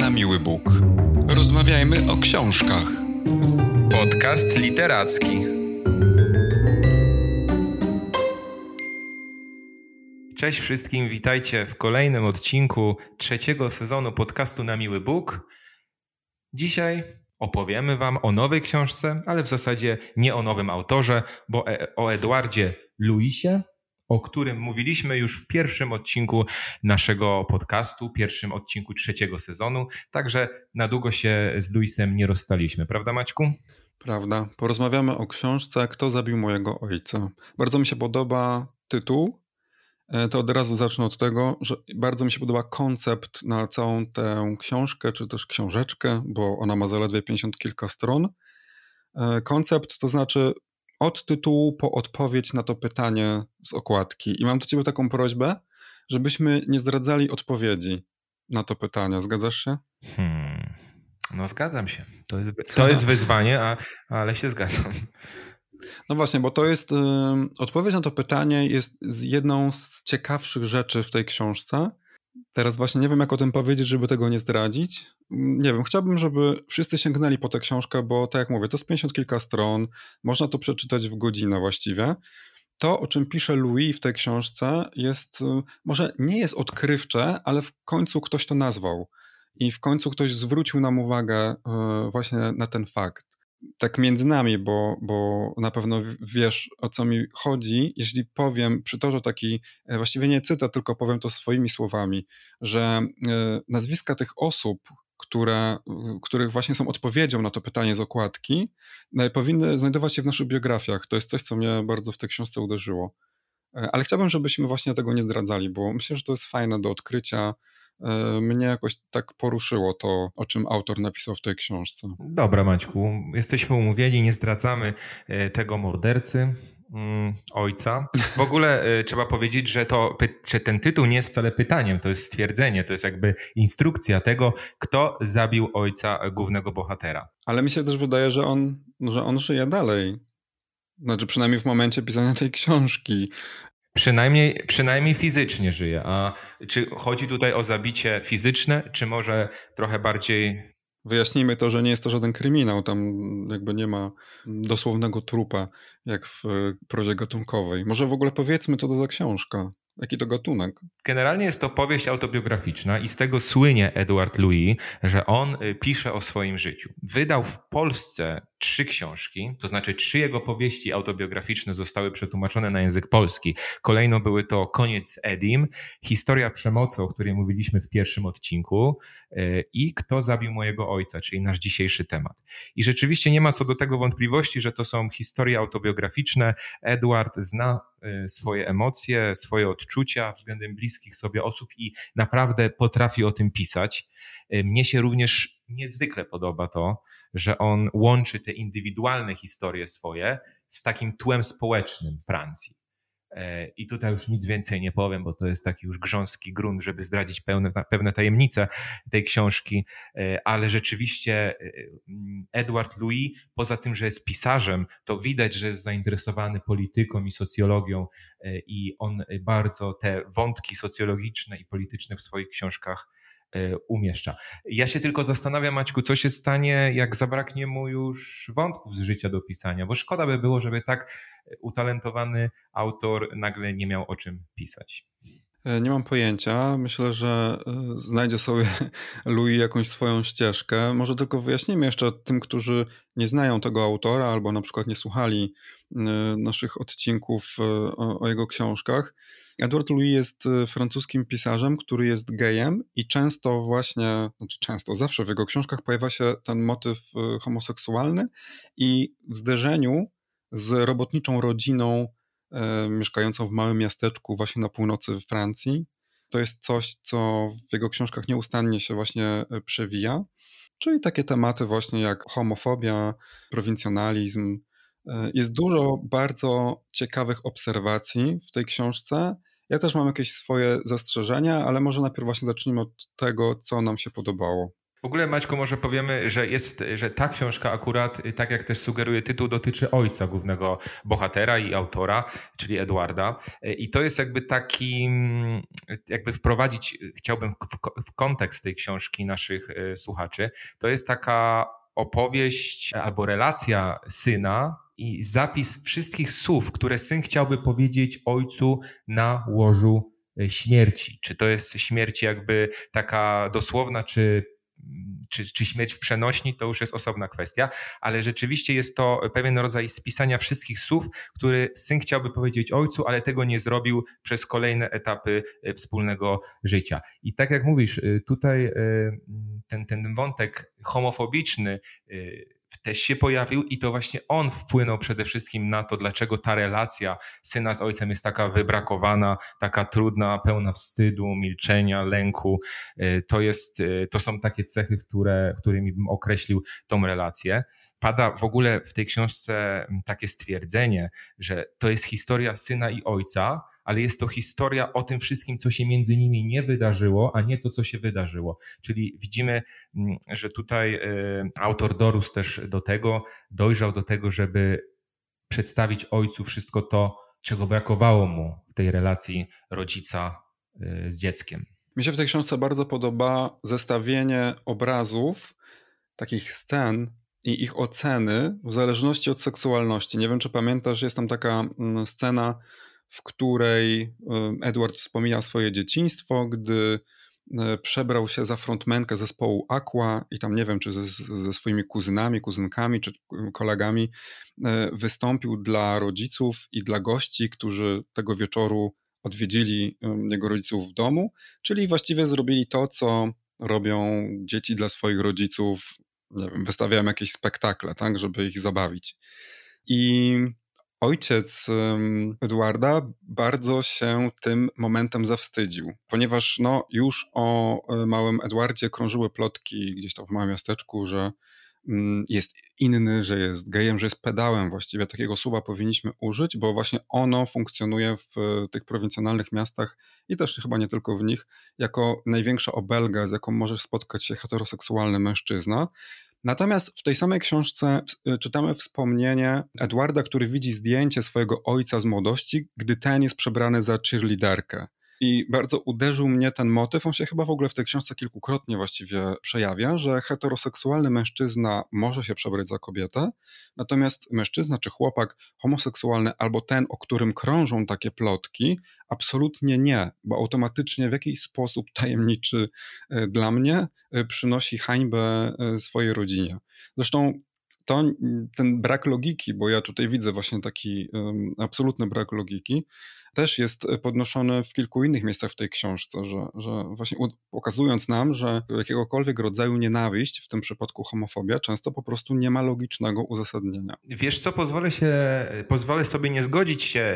na miły Bóg. Rozmawiajmy o książkach. Podcast literacki. Cześć wszystkim, witajcie w kolejnym odcinku 3. sezonu podcastu Na miły Bóg. Dzisiaj opowiemy wam o nowej książce, ale w zasadzie nie o nowym autorze, bo o Edwardzie Louisie, o którym mówiliśmy już w pierwszym odcinku naszego podcastu, pierwszym odcinku 3. sezonu, także na długo się z Louisem nie rozstaliśmy, prawda Maćku? Prawda. Porozmawiamy o książce Kto zabił mojego ojca. Bardzo mi się podoba tytuł. To od razu zacznę od tego, że bardzo mi się podoba koncept na całą tę książkę, czy też książeczkę, bo ona ma zaledwie 50 kilka stron. Koncept to znaczy od tytułu po odpowiedź na to pytanie z okładki. I mam do ciebie taką prośbę, żebyśmy nie zdradzali odpowiedzi na to pytanie. Zgadzasz się? No zgadzam się. To jest wyzwanie, ale się zgadzam. No właśnie, bo to jest, odpowiedź na to pytanie jest jedną z ciekawszych rzeczy w tej książce. Teraz właśnie nie wiem, jak o tym powiedzieć, żeby tego nie zdradzić. Nie wiem, chciałbym, żeby wszyscy sięgnęli po tę książkę, bo tak jak mówię, to jest 50 kilka stron, można to przeczytać w godzinę właściwie. To, o czym pisze Louis w tej książce jest, może nie jest odkrywcze, ale w końcu ktoś to nazwał i w końcu ktoś zwrócił nam uwagę właśnie na ten fakt. Tak między nami, bo na pewno wiesz, o co mi chodzi, jeśli powiem, przytoczę taki, właściwie nie cytat, tylko powiem to swoimi słowami, że nazwiska tych osób, których właśnie są odpowiedzią na to pytanie z okładki, powinny znajdować się w naszych biografiach. To jest coś, co mnie bardzo w tej książce uderzyło. Ale chciałbym, żebyśmy właśnie tego nie zdradzali, bo myślę, że to jest fajne do odkrycia. Mnie jakoś tak poruszyło to, o czym autor napisał w tej książce. Dobra Maćku, jesteśmy umówieni, nie zdradzamy tego mordercy, ojca. W ogóle trzeba powiedzieć, że ten tytuł nie jest wcale pytaniem, to jest stwierdzenie, to jest jakby instrukcja tego, kto zabił ojca głównego bohatera. Ale mi się też wydaje, że on żyje dalej. Znaczy przynajmniej w momencie pisania tej książki. Przynajmniej fizycznie żyje. A czy chodzi tutaj o zabicie fizyczne, czy może trochę bardziej... Wyjaśnijmy to, że nie jest to żaden kryminał, tam jakby nie ma dosłownego trupa, jak w prozie gatunkowej. Może w ogóle powiedzmy, co to za książka, jaki to gatunek? Generalnie jest to powieść autobiograficzna i z tego słynie Edward Louis, że on pisze o swoim życiu. Wydał w Polsce 3 książki, to znaczy 3 jego powieści autobiograficzne zostały przetłumaczone na język polski. Kolejno były to Koniec Edim, Historia przemocy, o której mówiliśmy w pierwszym odcinku i Kto zabił mojego ojca, czyli nasz dzisiejszy temat. I rzeczywiście nie ma co do tego wątpliwości, że to są historie autobiograficzne. Edward zna swoje emocje, swoje odczucia względem bliskich sobie osób i naprawdę potrafi o tym pisać. Mnie się również niezwykle podoba to, że on łączy te indywidualne historie swoje z takim tłem społecznym Francji. I tutaj już nic więcej nie powiem, bo to jest taki już grząski grunt, żeby zdradzić pewne tajemnice tej książki, ale rzeczywiście Edward Louis, poza tym, że jest pisarzem, to widać, że jest zainteresowany polityką i socjologią i on bardzo te wątki socjologiczne i polityczne w swoich książkach umieszcza. Ja się tylko zastanawiam, Maćku, co się stanie, jak zabraknie mu już wątków z życia do pisania, bo szkoda by było, żeby tak utalentowany autor nagle nie miał o czym pisać. Nie mam pojęcia. Myślę, że znajdzie sobie Louis jakąś swoją ścieżkę. Może tylko wyjaśnijmy jeszcze tym, którzy nie znają tego autora albo na przykład nie słuchali naszych odcinków o jego książkach. Edward Louis jest francuskim pisarzem, który jest gejem i zawsze w jego książkach pojawia się ten motyw homoseksualny i w zderzeniu z robotniczą rodziną mieszkającą w małym miasteczku właśnie na północy Francji. To jest coś, co w jego książkach nieustannie się właśnie przewija, czyli takie tematy właśnie jak homofobia, prowincjonalizm. Jest dużo bardzo ciekawych obserwacji w tej książce. Ja też mam jakieś swoje zastrzeżenia, ale może najpierw właśnie zacznijmy od tego, co nam się podobało. W ogóle, Maćku, może powiemy, że ta książka akurat, tak jak też sugeruje tytuł, dotyczy ojca głównego bohatera i autora, czyli Edwarda. I to jest jakby taki, jakby wprowadzić, chciałbym w kontekst tej książki naszych słuchaczy. To jest taka opowieść albo relacja syna i zapis wszystkich słów, które syn chciałby powiedzieć ojcu na łożu śmierci. Czy to jest śmierć jakby taka dosłowna, czy śmierć w przenośni, to już jest osobna kwestia, ale rzeczywiście jest to pewien rodzaj spisania wszystkich słów, które syn chciałby powiedzieć ojcu, ale tego nie zrobił przez kolejne etapy wspólnego życia. I tak jak mówisz, tutaj ten wątek homofobiczny też się pojawił i to właśnie on wpłynął przede wszystkim na to, dlaczego ta relacja syna z ojcem jest taka wybrakowana, taka trudna, pełna wstydu, milczenia, lęku. To są takie cechy, którymi bym określił tą relację. Pada w ogóle w tej książce takie stwierdzenie, że to jest historia syna i ojca, ale jest to historia o tym wszystkim, co się między nimi nie wydarzyło, a nie to, co się wydarzyło. Czyli widzimy, że tutaj autor dorósł też dojrzał do tego, żeby przedstawić ojcu wszystko to, czego brakowało mu w tej relacji rodzica z dzieckiem. Mi się w tej książce bardzo podoba zestawienie obrazów, takich scen i ich oceny w zależności od seksualności. Nie wiem, czy pamiętasz, jest tam taka scena, w której Edward wspomina swoje dzieciństwo, gdy przebrał się za frontmenkę zespołu Aqua i tam nie wiem, czy ze swoimi kuzynami, kuzynkami, czy kolegami wystąpił dla rodziców i dla gości, którzy tego wieczoru odwiedzili jego rodziców w domu, czyli właściwie zrobili to, co robią dzieci dla swoich rodziców, nie wiem, wystawiają jakieś spektakle, tak, żeby ich zabawić. I ojciec Edwarda bardzo się tym momentem zawstydził, ponieważ już o małym Edwardzie krążyły plotki gdzieś tam w małym miasteczku, że jest inny, że jest gejem, że jest pedałem właściwie. Takiego słowa powinniśmy użyć, bo właśnie ono funkcjonuje w tych prowincjonalnych miastach i też chyba nie tylko w nich, jako największa obelga, z jaką może spotkać się heteroseksualny mężczyzna. Natomiast w tej samej książce czytamy wspomnienie Edwarda, który widzi zdjęcie swojego ojca z młodości, gdy ten jest przebrany za cheerleaderkę. I bardzo uderzył mnie ten motyw, on się chyba w ogóle w tej książce kilkukrotnie właściwie przejawia, że heteroseksualny mężczyzna może się przebrać za kobietę, natomiast mężczyzna czy chłopak homoseksualny albo ten, o którym krążą takie plotki, absolutnie nie, bo automatycznie w jakiś sposób tajemniczy dla mnie przynosi hańbę swojej rodzinie. Zresztą ten brak logiki, bo ja tutaj widzę właśnie taki absolutny brak logiki, też jest podnoszony w kilku innych miejscach w tej książce, że właśnie pokazując nam, że jakiegokolwiek rodzaju nienawiść, w tym przypadku homofobia, często po prostu nie ma logicznego uzasadnienia. Wiesz co, pozwolę sobie nie zgodzić się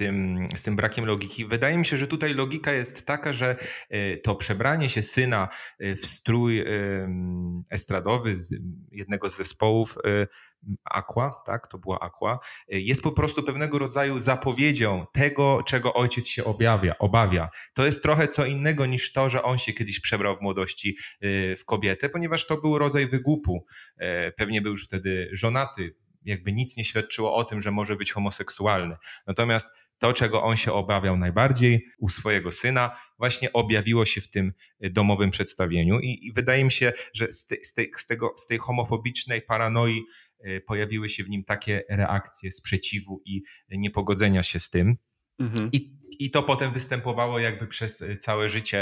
z tym brakiem logiki. Wydaje mi się, że tutaj logika jest taka, że to przebranie się syna w strój estradowy z jednego z zespołów Aqua, tak, to była Aqua, jest po prostu pewnego rodzaju zapowiedzią tego, czego ojciec się obawia. To jest trochę co innego niż to, że on się kiedyś przebrał w młodości w kobietę, ponieważ to był rodzaj wygłupu. Pewnie był już wtedy żonaty, jakby nic nie świadczyło o tym, że może być homoseksualny. Natomiast to, czego on się obawiał najbardziej u swojego syna, właśnie objawiło się w tym domowym przedstawieniu i wydaje mi się, że z tej homofobicznej paranoi pojawiły się w nim takie reakcje sprzeciwu i niepogodzenia się z tym. Mhm. I to potem występowało jakby przez całe życie,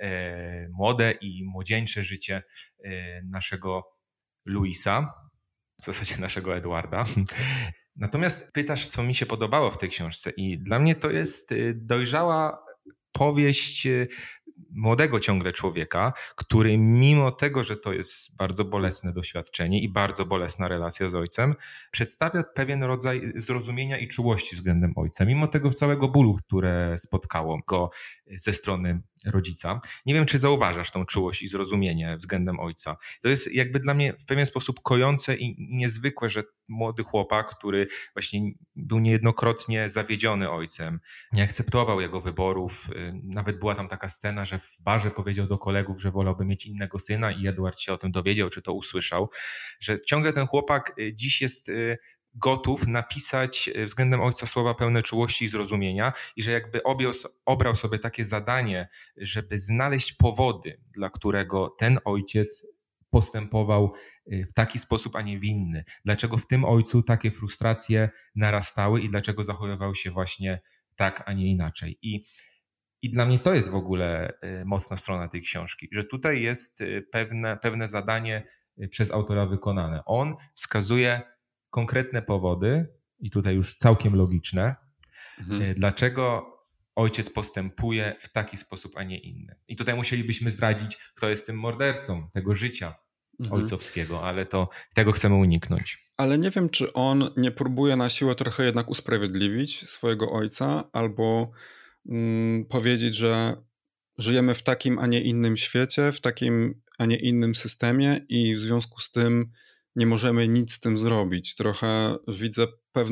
młode i młodzieńcze życie naszego Louisa, w zasadzie naszego Edwarda. Natomiast pytasz, co mi się podobało w tej książce i dla mnie to jest dojrzała powieść młodego ciągle człowieka, który mimo tego, że to jest bardzo bolesne doświadczenie i bardzo bolesna relacja z ojcem, przedstawia pewien rodzaj zrozumienia i czułości względem ojca, mimo tego całego bólu, które spotkało go ze strony rodzica. Nie wiem, czy zauważasz tą czułość i zrozumienie względem ojca. To jest jakby dla mnie w pewien sposób kojące i niezwykłe, że młody chłopak, który właśnie był niejednokrotnie zawiedziony ojcem, nie akceptował jego wyborów. Nawet była tam taka scena, że w barze powiedział do kolegów, że wolałby mieć innego syna i Edward się o tym dowiedział, czy to usłyszał, że ciągle ten chłopak dziś jest gotów napisać względem ojca słowa pełne czułości i zrozumienia i że jakby obrał sobie takie zadanie, żeby znaleźć powody, dla którego ten ojciec postępował w taki sposób, a nie w inny. Dlaczego w tym ojcu takie frustracje narastały i dlaczego zachowywał się właśnie tak, a nie inaczej. I dla mnie to jest w ogóle mocna strona tej książki, że tutaj jest pewne zadanie przez autora wykonane. On wskazuje konkretne powody, i tutaj już całkiem logiczne, dlaczego ojciec postępuje w taki sposób, a nie inny. I tutaj musielibyśmy zdradzić, kto jest tym mordercą tego życia ojcowskiego, ale tego chcemy uniknąć. Ale nie wiem, czy on nie próbuje na siłę trochę jednak usprawiedliwić swojego ojca, albo powiedzieć, że żyjemy w takim, a nie innym świecie, w takim, a nie innym systemie i w związku z tym nie możemy nic z tym zrobić. Trochę widzę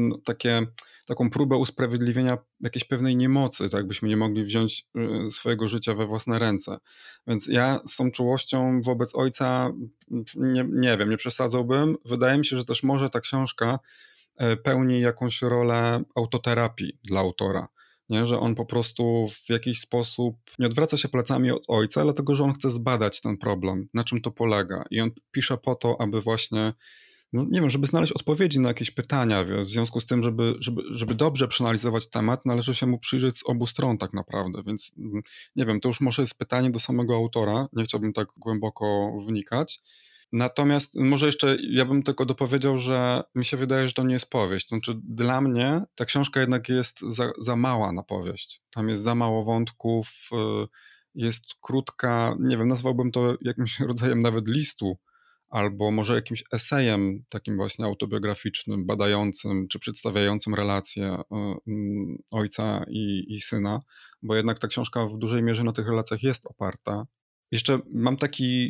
taką próbę usprawiedliwienia jakiejś pewnej niemocy, tak byśmy nie mogli wziąć swojego życia we własne ręce. Więc ja z tą czułością wobec ojca nie wiem, nie przesadzałbym. Wydaje mi się, że też może ta książka pełni jakąś rolę autoterapii dla autora. Nie? Że on po prostu w jakiś sposób nie odwraca się plecami od ojca, dlatego że on chce zbadać ten problem, na czym to polega. I on pisze po to, aby właśnie, nie wiem, żeby znaleźć odpowiedzi na jakieś pytania. W związku z tym, żeby dobrze przeanalizować temat, należy się mu przyjrzeć z obu stron tak naprawdę. Więc nie wiem, to już może jest pytanie do samego autora. Nie chciałbym tak głęboko wnikać. Natomiast może jeszcze ja bym tylko dopowiedział, że mi się wydaje, że to nie jest powieść. Znaczy dla mnie ta książka jednak jest za mała na powieść. Tam jest za mało wątków, jest krótka, nie wiem, nazwałbym to jakimś rodzajem nawet listu, albo może jakimś esejem takim właśnie autobiograficznym, badającym czy przedstawiającym relacje ojca i syna, bo jednak ta książka w dużej mierze na tych relacjach jest oparta. Jeszcze mam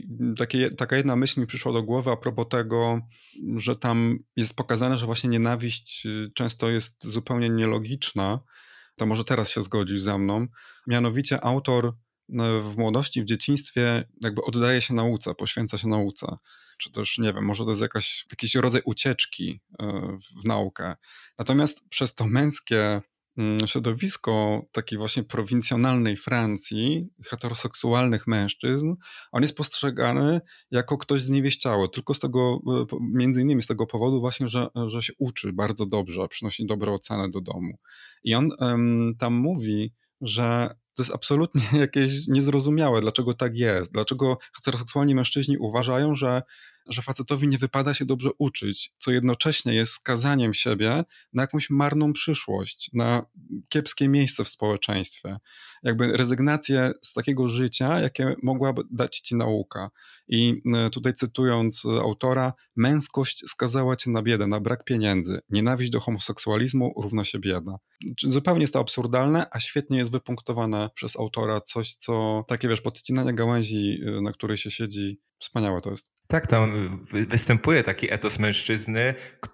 taka jedna myśl mi przyszła do głowy a propos tego, że tam jest pokazane, że właśnie nienawiść często jest zupełnie nielogiczna. To może teraz się zgodzisz ze mną. Mianowicie autor w młodości, w dzieciństwie jakby oddaje się nauce, poświęca się nauce. Czy też, nie wiem, może to jest jakiś rodzaj ucieczki w naukę. Natomiast przez to męskie środowisko takiej właśnie prowincjonalnej Francji, heteroseksualnych mężczyzn, on jest postrzegany jako ktoś zniewieściały, tylko między innymi z tego powodu właśnie, że się uczy bardzo dobrze, przynosi dobre oceny do domu. I on tam mówi, że to jest absolutnie jakieś niezrozumiałe, dlaczego tak jest, dlaczego heteroseksualni mężczyźni uważają, że facetowi nie wypada się dobrze uczyć, co jednocześnie jest skazaniem siebie na jakąś marną przyszłość, na kiepskie miejsce w społeczeństwie. Jakby rezygnację z takiego życia, jakie mogłaby dać ci nauka. I tutaj cytując autora, męskość skazała cię na biedę, na brak pieniędzy. Nienawiść do homoseksualizmu równa się bieda. Zupełnie jest to absurdalne, a świetnie jest wypunktowane przez autora coś, co takie, podcinanie gałęzi, na której się siedzi, wspaniałe to jest. Tak, tam występuje taki etos mężczyzny,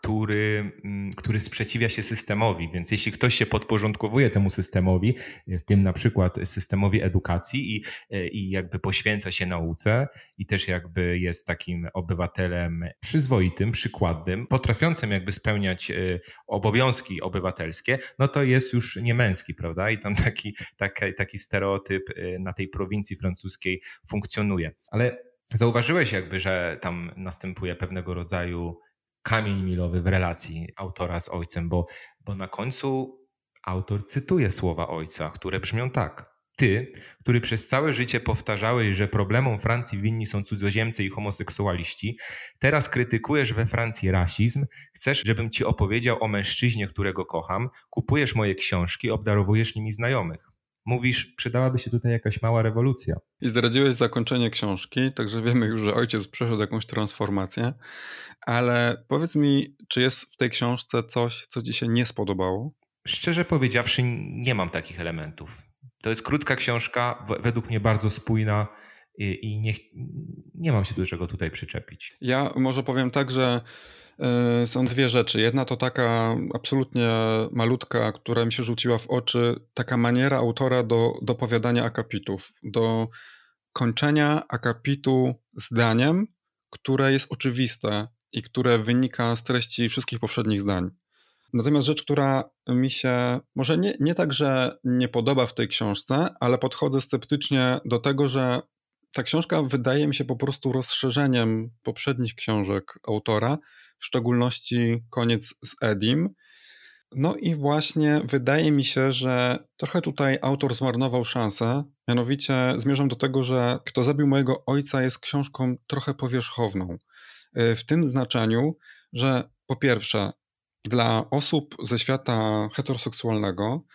który sprzeciwia się systemowi, więc jeśli ktoś się podporządkowuje temu systemowi, tym na przykład systemowi edukacji i jakby poświęca się nauce i też jakby jest takim obywatelem przyzwoitym, przykładnym, potrafiącym jakby spełniać obowiązki obywatelskie, no to jest już niemęski, prawda? I tam taki stereotyp na tej prowincji francuskiej funkcjonuje. Ale zauważyłeś jakby, że tam następuje pewnego rodzaju kamień milowy w relacji autora z ojcem, bo na końcu autor cytuje słowa ojca, które brzmią tak. Ty, który przez całe życie powtarzałeś, że problemom Francji winni są cudzoziemcy i homoseksualiści, teraz krytykujesz we Francji rasizm, chcesz, żebym ci opowiedział o mężczyźnie, którego kocham, kupujesz moje książki, obdarowujesz nimi znajomych. Mówisz, przydałaby się tutaj jakaś mała rewolucja. I zdradziłeś zakończenie książki, także wiemy już, że ojciec przeszedł jakąś transformację, ale powiedz mi, czy jest w tej książce coś, co ci się nie spodobało? Szczerze powiedziawszy, nie mam takich elementów. To jest krótka książka, według mnie bardzo spójna i nie mam się do czego tutaj przyczepić. Ja może powiem tak, że są dwie rzeczy. Jedna to taka absolutnie malutka, która mi się rzuciła w oczy, taka maniera autora do dopowiadania akapitów, do kończenia akapitu zdaniem, które jest oczywiste i które wynika z treści wszystkich poprzednich zdań. Natomiast rzecz, która mi się może nie tak, że nie podoba w tej książce, ale podchodzę sceptycznie do tego, że ta książka wydaje mi się po prostu rozszerzeniem poprzednich książek autora, w szczególności Koniec z Edim. No i właśnie wydaje mi się, że trochę tutaj autor zmarnował szansę, mianowicie zmierzam do tego, że Kto zabił mojego ojca jest książką trochę powierzchowną. W tym znaczeniu, że po pierwsze dla osób ze świata heteroseksualnego,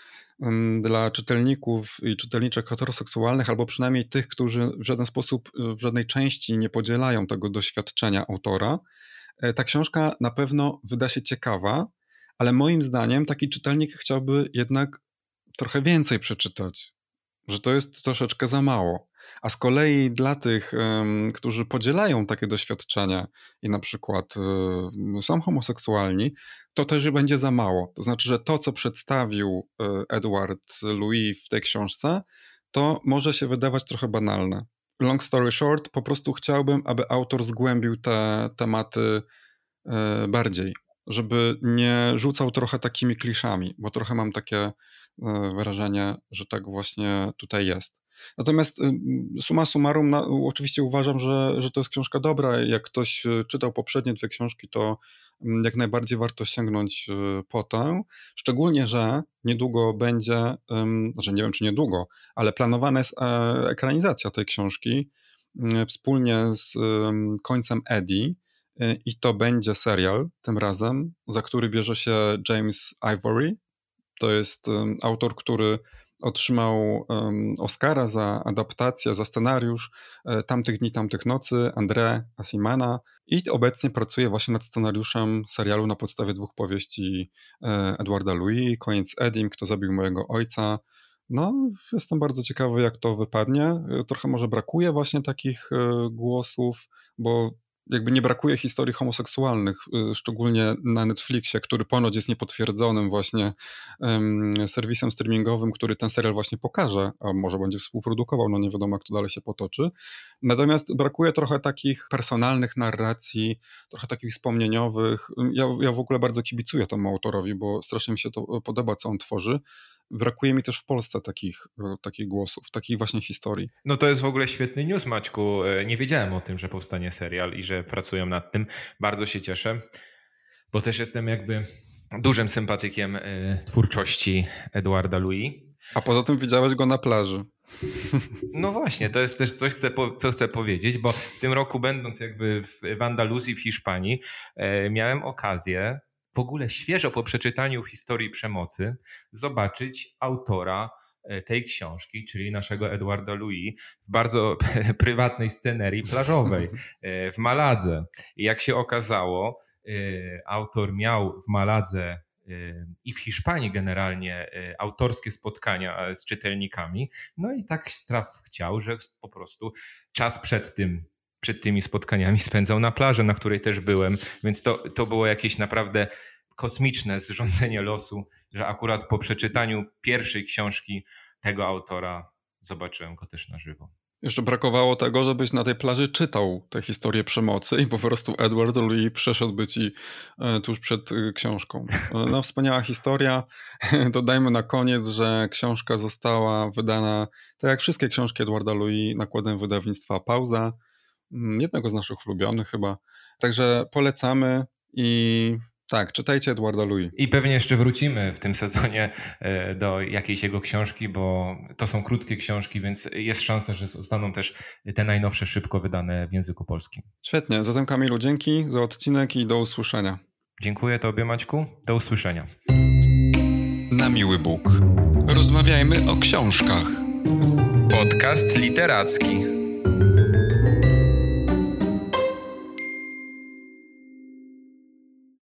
dla czytelników i czytelniczek heteroseksualnych, albo przynajmniej tych, którzy w żaden sposób, w żadnej części nie podzielają tego doświadczenia autora, ta książka na pewno wyda się ciekawa, ale moim zdaniem taki czytelnik chciałby jednak trochę więcej przeczytać, że to jest troszeczkę za mało. A z kolei dla tych, którzy podzielają takie doświadczenia i na przykład są homoseksualni, to też będzie za mało. To znaczy, że to, co przedstawił Edward Louis w tej książce, to może się wydawać trochę banalne. Long story short, po prostu chciałbym, aby autor zgłębił te tematy bardziej, żeby nie rzucał trochę takimi kliszami, bo trochę mam takie wrażenie, że tak właśnie tutaj jest. Natomiast summa summarum, oczywiście uważam, że to jest książka dobra. Jak ktoś czytał poprzednie dwie książki, to jak najbardziej warto sięgnąć po tę. Szczególnie, że niedługo będzie, znaczy nie wiem czy niedługo, ale planowana jest ekranizacja tej książki wspólnie z Końcem Eddie i to będzie serial tym razem, za który bierze się James Ivory. To jest autor, który otrzymał Oscara za adaptację, za scenariusz Tamtych dni, tamtych nocy, André Asimana i obecnie pracuje właśnie nad scenariuszem serialu na podstawie dwóch powieści Edwarda Louis, Koniec z Edim, Kto zabił mojego ojca. No, jestem bardzo ciekawy, jak to wypadnie. Trochę może brakuje właśnie takich głosów, bo jakby nie brakuje historii homoseksualnych, szczególnie na Netflixie, który ponoć jest niepotwierdzonym właśnie serwisem streamingowym, który ten serial właśnie pokaże, a może będzie współprodukował, no nie wiadomo jak to dalej się potoczy. Natomiast brakuje trochę takich personalnych narracji, trochę takich wspomnieniowych. Ja w ogóle bardzo kibicuję temu autorowi, bo strasznie mi się to podoba, co on tworzy. Brakuje mi też w Polsce takich głosów, takich właśnie historii. No to jest w ogóle świetny news, Maćku. Nie wiedziałem o tym, że powstanie serial i że pracują nad tym. Bardzo się cieszę, bo też jestem jakby dużym sympatykiem twórczości Edwarda Louis. A poza tym widziałeś go na plaży. No właśnie, to jest też coś, co chcę powiedzieć, bo w tym roku będąc jakby w Andaluzji, w Hiszpanii, miałem okazję w ogóle świeżo po przeczytaniu historii przemocy zobaczyć autora tej książki, czyli naszego Edwarda Louis, w bardzo prywatnej scenerii plażowej w Maladze. I jak się okazało, autor miał w Maladze i w Hiszpanii generalnie autorskie spotkania z czytelnikami. No i tak chciał, że po prostu czas przed tymi spotkaniami spędzał na plaży, na której też byłem, więc to było jakieś naprawdę kosmiczne zrządzenie losu, że akurat po przeczytaniu pierwszej książki tego autora zobaczyłem go też na żywo. Jeszcze brakowało tego, żebyś na tej plaży czytał tę historię przemocy i po prostu Edward Louis przeszedłby ci tuż przed książką. No, wspaniała historia. Dodajmy na koniec, że książka została wydana, tak jak wszystkie książki Edwarda Louis, nakładem wydawnictwa Pauza, jednego z naszych ulubionych chyba. Także polecamy i tak, czytajcie Edwarda Louis. I pewnie jeszcze wrócimy w tym sezonie do jakiejś jego książki, bo to są krótkie książki, więc jest szansa, że zostaną też te najnowsze szybko wydane w języku polskim. Świetnie. Zatem Kamilu, dzięki za odcinek i do usłyszenia. Dziękuję Tobie, Maćku. Do usłyszenia. Na miły Bóg. Rozmawiajmy o książkach. Podcast literacki.